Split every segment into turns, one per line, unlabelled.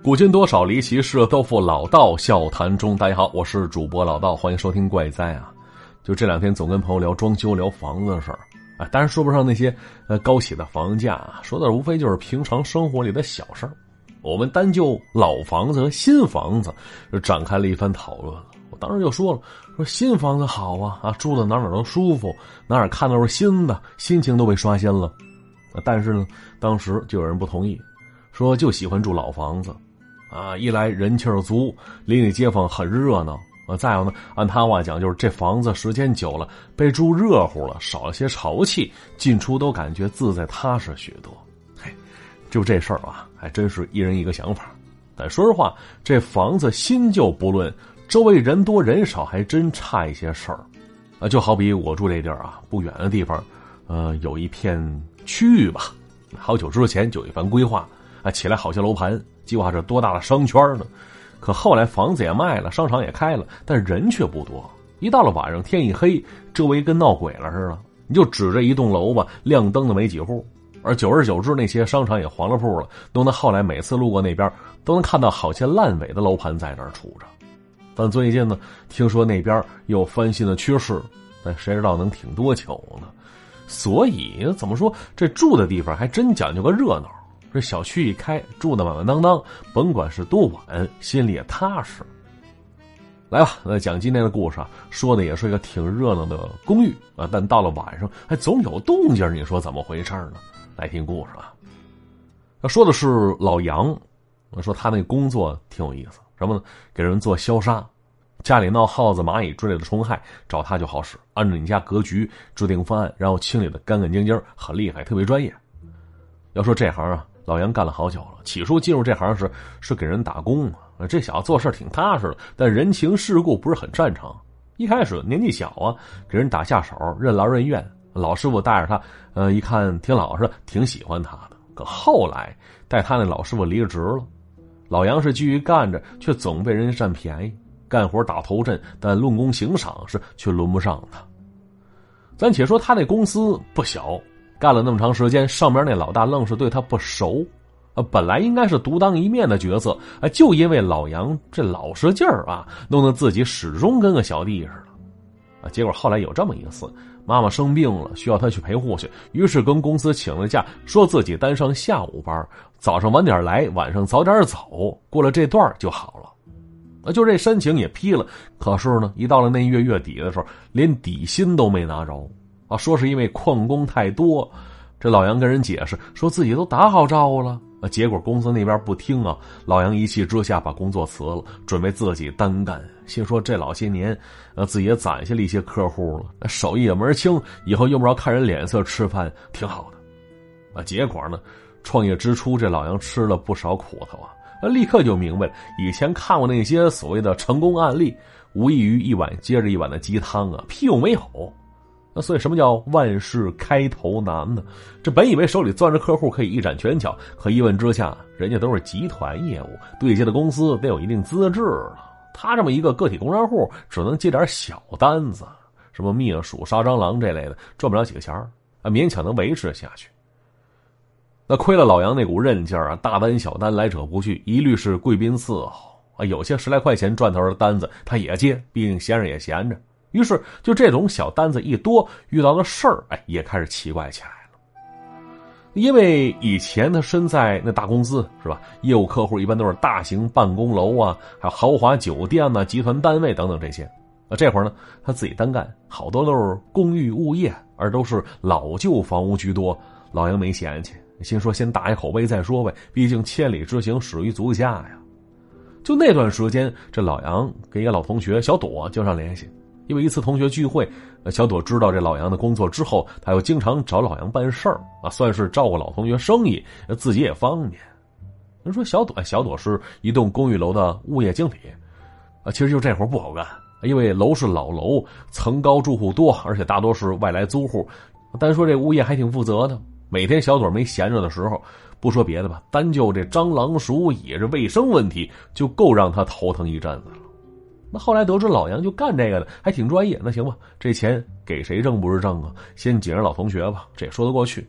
古今多少离奇事，都付老道笑谈中。大家好，我是主播老道，欢迎收听怪哉啊。就这两天总跟朋友聊装修聊房子的事儿啊，当然说不上那些高起的房价啊，说的无非就是平常生活里的小事儿。我们单就老房子和新房子就展开了一番讨论了。我当时就说了，说新房子好啊，住的哪都舒服，哪看都是新的，心情都被刷新了。但是呢，当时就有人不同意，说就喜欢住老房子啊，一来人气儿足，邻里街坊很热闹啊，再有呢，按他话讲就是这房子时间久了被住热乎了，少了些潮气，进出都感觉自在踏实许多。嘿，就这事儿啊，还真是一人一个想法。但说实话，这房子新旧不论，周围人多人少还真差一些事儿啊。就好比我住这地儿啊，不远的地方有一片区域吧，好久之前就有一番规划啊，起来好些楼盘，计划着多大的商圈呢。可后来房子也卖了，商场也开了，但人却不多。一到了晚上，天一黑，周围跟闹鬼了似的，你就指着一栋楼吧，亮灯的没几户。而久而久之，那些商场也黄了铺了，弄得后来每次路过那边都能看到好些烂尾的楼盘在那儿杵着。但最近呢，听说那边有翻新的趋势，但谁知道能挺多久呢？所以怎么说，这住的地方还真讲究个热闹。这小区一开，住的满满当当，甭管是多晚，心里也踏实。来吧，讲今天的故事啊，说的也是一个挺热闹的公寓啊，但到了晚上还总有动静，你说怎么回事呢？来听故事啊。说的是老杨，我说他那工作挺有意思，什么呢？给人做消杀，家里闹耗子、蚂蚁之类的虫害，找他就好使，按照你家格局制定方案，然后清理的干干净净，很厉害，特别专业。要说这行啊，老杨干了好久了。起初进入这行时是给人打工啊，这小子做事挺踏实的，但人情世故不是很擅长。一开始年纪小啊，给人打下手，任劳任怨。老师傅带着他，一看挺老实，挺喜欢他的。可后来带他那老师傅离职了，老杨是继续干着，却总被人占便宜。干活打头阵，但论功行赏是却轮不上他。咱且说他那公司不小，干了那么长时间，上边那老大愣是对他不熟。本来应该是独当一面的角色，就因为老杨这老实劲儿啊，弄得自己始终跟个小弟似的。结果后来有这么一次，妈妈生病了，需要他去陪护去，于是跟公司请了假，说自己单上下午班，早上晚点来，晚上早点走，过了这段就好了。就这申请也批了，可是呢，一到了那月底的时候，连底薪都没拿着啊，说是因为旷工太多。这老杨跟人解释说自己都打好招呼了，结果公司那边不听啊，老杨一气之下把工作辞了，准备自己单干。心说这老些年自己也攒下了一些客户了，手艺也门清，以后用不着看人脸色吃饭，挺好的。结果呢，创业之初这老杨吃了不少苦头啊，立刻就明白了，以前看过那些所谓的成功案例，无异于一碗接着一碗的鸡汤啊，屁用没有。所以什么叫万事开头难呢？这本以为手里攥着客户可以一展拳脚，可一问之下，人家都是集团业务，对接的公司得有一定资质了。他这么一个个体工商户，只能接点小单子，什么灭鼠、杀蟑螂这类的，赚不了几个钱勉强能维持下去。那亏了老杨那股韧劲儿大单小单来者不拒，一律是贵宾伺候有些10来块钱赚头的单子他也接，毕竟闲着也闲着。于是就这种小单子一多，遇到的事儿也开始奇怪起来了。因为以前他身在那大公司是吧，业务客户一般都是大型办公楼还有豪华酒店集团单位等等这些。这会儿呢，他自己单干，好多都是公寓物业，而都是老旧房屋居多。老杨没嫌弃，心说先打一口碑再说呗，毕竟千里之行始于足下呀。就那段时间，这老杨跟一个老同学小朵经常联系。因为一次同学聚会，小朵知道这老杨的工作之后，他又经常找老杨办事儿算是照顾老同学生意，自己也方便。人说小朵是一栋公寓楼的物业经理其实就这活不好干，因为楼是老楼，层高住户多，而且大多是外来租户。单说这物业还挺负责的，每天小朵没闲着的时候，不说别的吧，单就这蟑螂鼠蚁这卫生问题就够让他头疼一阵子了。那后来得知老杨就干这个的，还挺专业，那行吧，这钱给谁挣不是挣啊？先紧着老同学吧，这也说得过去。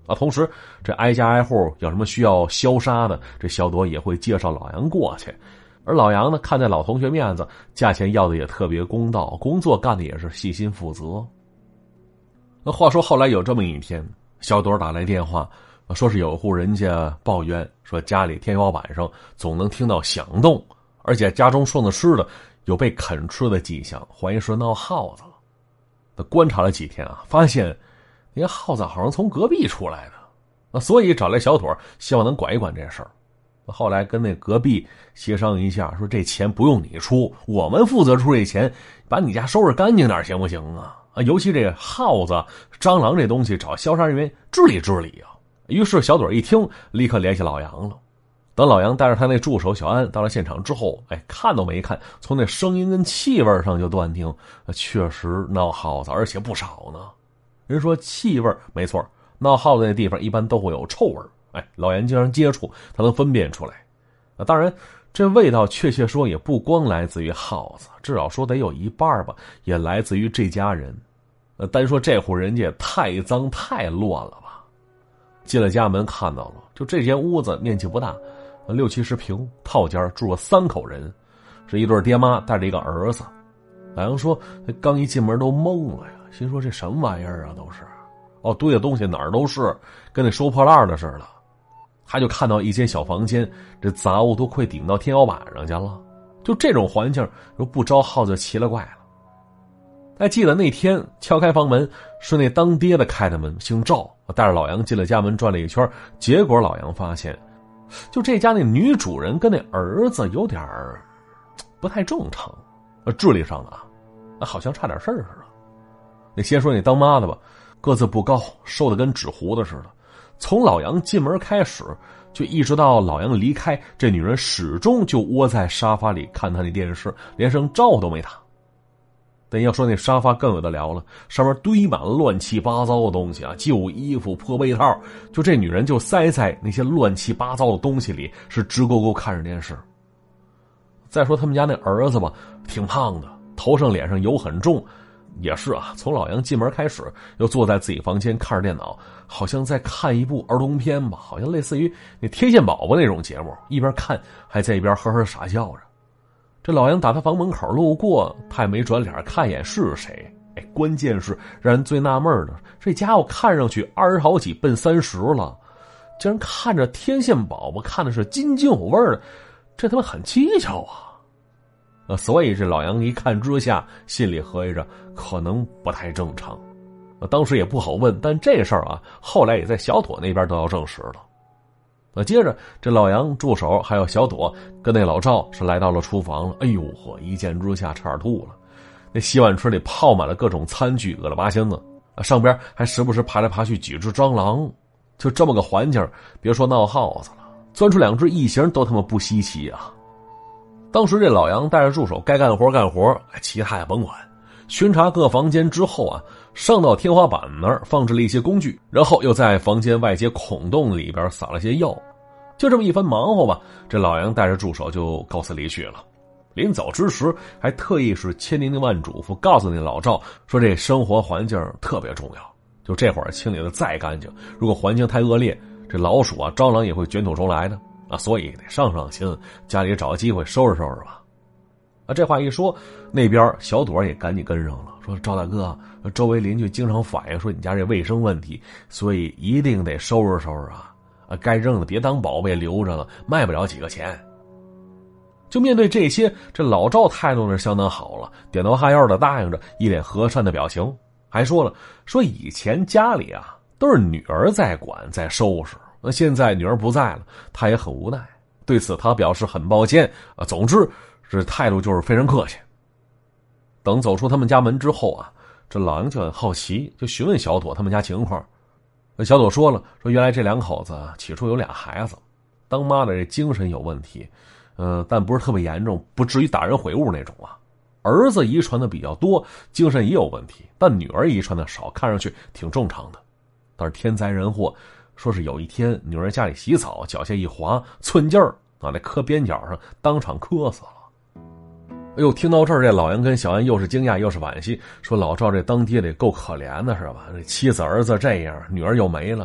啊。同时这挨家挨户有什么需要消杀的，这小朵也会介绍老杨过去。而老杨呢，看在老同学面子，价钱要的也特别公道，工作干的也是细心负责。那话说后来有这么一天，小朵打来电话，说是有户人家抱怨说家里天花板上总能听到响动，而且家中剩的吃的有被啃吃的迹象，怀疑是闹耗子了。那观察了几天啊，发现那些耗子好像从隔壁出来的，所以找来小朵，希望能管一管这事儿。后来跟那隔壁协商一下，说这钱不用你出，我们负责出这钱，把你家收拾干净点行不行啊？尤其这耗子、蟑螂这东西，找消杀人员治理治理啊。于是小朵一听，立刻联系老杨了。等老杨带着他那助手小安到了现场之后，看都没看，从那声音跟气味上就断定，确实闹耗子，而且不少呢。人说气味没错，闹耗子那地方一般都会有臭味。老杨经常接触，他能分辨出来。当然，这味道确切说也不光来自于耗子，至少说得有一半吧，也来自于这家人。单说这户人家太脏太乱了吧。进了家门看到了，就这间屋子面积不大，60-70平，套间住了3口人，是一对爹妈带着一个儿子。老杨说刚一进门都懵了呀，心说这什么玩意儿啊，都是堆的东西哪儿都是，跟那收破烂的似的。他就看到一间小房间，这杂物都快顶到天花板上去了。就这种环境，不招耗子奇了怪了。还记得那天敲开房门，是那当爹的开的门，姓赵，带着老杨进了家门，转了一圈，结果老杨发现，就这家那女主人跟那儿子有点不太正常，智力上的好像差点事儿似的。那先说那当妈的吧，个子不高，瘦得跟纸糊的似的。从老杨进门开始，就一直到老杨离开，这女人始终就窝在沙发里看他那电视，连声招呼都没打。但要说那沙发更有的聊了，上面堆满了乱七八糟的东西啊，旧衣服、破被套，就这女人就塞在那些乱七八糟的东西里，是直勾勾看着电视。再说他们家那儿子吧，挺胖的，头上脸上油很重，也是从老杨进门开始，又坐在自己房间看着电脑，好像在看一部儿童片吧，好像类似于那天线宝宝那种节目，一边看还在一边呵呵傻笑着。这老杨打他房门口路过，他也没转脸看一眼是谁。关键是让人最纳闷的，这家伙看上去20好几奔30了，竟然看着天线宝宝看的是津津有味的，这他妈很蹊跷啊！所以这老杨一看之下，心里合计着可能不太正常。当时也不好问，但这事儿后来也在小朵那边得到证实了。接着这老杨助手还有小朵跟那老赵是来到了厨房了。一见之下差点吐了。那洗碗池里泡满了各种餐具，恶了八仙子，上边还时不时爬来爬去几只蟑螂。就这么个环境，别说闹耗子了，钻出2只异形都他妈不稀奇啊！当时这老杨带着助手该干活干活，其他也甭管。巡查各房间之后上到天花板那儿放置了一些工具，然后又在房间外接孔洞里边撒了些药。就这么一番忙活吧，这老杨带着助手就告辞离去了。临走之时还特意是千叮咛万嘱咐，告诉那老赵说这生活环境特别重要，就这会儿清理的再干净，如果环境太恶劣，这老鼠蟑螂也会卷土重来的所以得上心，家里找个机会收拾收拾吧。这话一说，那边小朵也赶紧跟上了，说赵大哥，周围邻居经常反映说你家这卫生问题，所以一定得收拾收拾该扔的别当宝贝留着了，卖不了几个钱。就面对这些，这老赵态度是相当好了，点头哈腰的答应着，一脸和善的表情，还说了说以前家里都是女儿在管在收拾，现在女儿不在了，他也很无奈，对此他表示很抱歉总之这态度就是非常客气。等走出他们家门之后这老杨就很好奇，就询问小朵他们家情况。小朵说了，说原来这2口子起初有俩孩子，当妈的这精神有问题，但不是特别严重，不至于打人毁物那种儿子遗传的比较多，精神也有问题，但女儿遗传的少，看上去挺正常的。但是天灾人祸，说是有一天女儿家里洗澡，脚下一滑，寸劲儿那磕边角上，当场磕死了。听到这儿，这老杨跟小安又是惊讶又是惋惜，说老赵这当爹得够可怜的是吧？这妻子儿子这样，女儿又没了，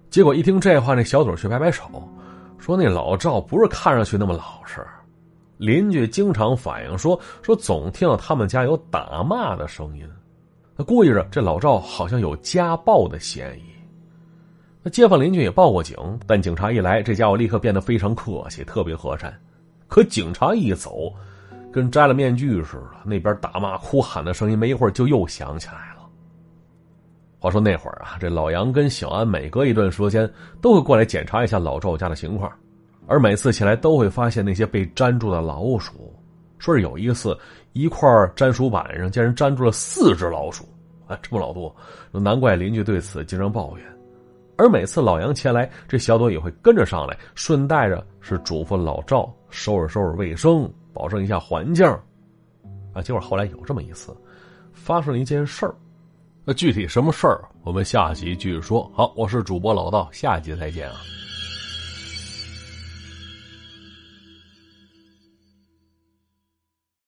结果一听这话，那小朵却摆摆手，说那老赵不是看上去那么老实。邻居经常反映说总听到他们家有打骂的声音，那估计着这老赵好像有家暴的嫌疑。那街坊邻居也报过警，但警察一来，这家伙立刻变得非常客气，特别和善。可警察一走，跟摘了面具似的，那边打骂哭喊的声音没一会儿就又响起来了。话说那会儿啊，这老杨跟小安每隔一段时间都会过来检查一下老赵家的情况，而每次起来都会发现那些被粘住的老鼠。说是有一次一块粘鼠板上竟然粘住了4只老鼠啊，这么老多，难怪邻居对此经常抱怨。而每次老杨前来，这小朵也会跟着上来，顺带着是嘱咐老赵收拾卫生，保证一下环境啊。结果后来有这么一次发生了一件事儿，那具体什么事儿我们下集继续说。好，我是主播老道，下集再见啊。